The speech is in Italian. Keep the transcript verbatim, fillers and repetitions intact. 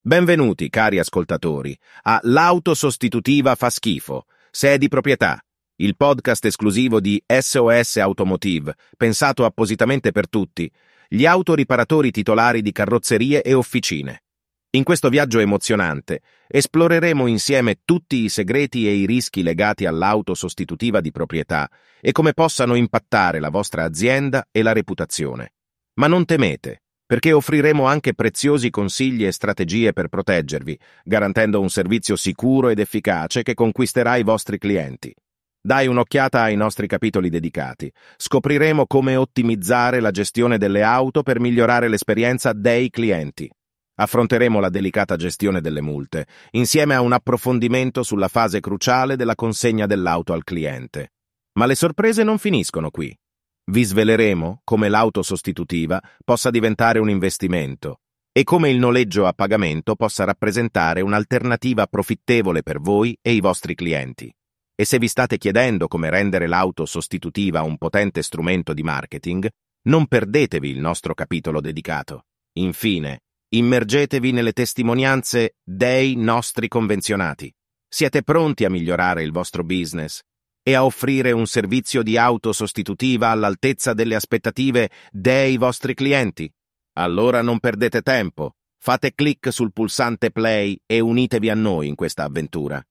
Benvenuti, cari ascoltatori, a L'auto sostitutiva fa schifo, se è di proprietà, il podcast esclusivo di S O S Automotive, pensato appositamente per tutti, gli autoriparatori titolari di carrozzerie e officine. In questo viaggio emozionante esploreremo insieme tutti i segreti e i rischi legati all'auto sostitutiva di proprietà e come possano impattare la vostra azienda e la reputazione. Ma non temete, perché offriremo anche preziosi consigli e strategie per proteggervi, garantendo un servizio sicuro ed efficace che conquisterà i vostri clienti. Dai un'occhiata ai nostri capitoli dedicati. Scopriremo come ottimizzare la gestione delle auto per migliorare l'esperienza dei clienti. Affronteremo la delicata gestione delle multe, insieme a un approfondimento sulla fase cruciale della consegna dell'auto al cliente. Ma le sorprese non finiscono qui. Vi sveleremo come l'auto sostitutiva possa diventare un investimento e come il noleggio a pagamento possa rappresentare un'alternativa profittevole per voi e i vostri clienti. E se vi state chiedendo come rendere l'auto sostitutiva un potente strumento di marketing, non perdetevi il nostro capitolo dedicato. Infine, immergetevi nelle testimonianze dei nostri convenzionati. Siete pronti a migliorare il vostro business e a offrire un servizio di auto sostitutiva all'altezza delle aspettative dei vostri clienti? Allora non perdete tempo, fate clic sul pulsante play e unitevi a noi in questa avventura.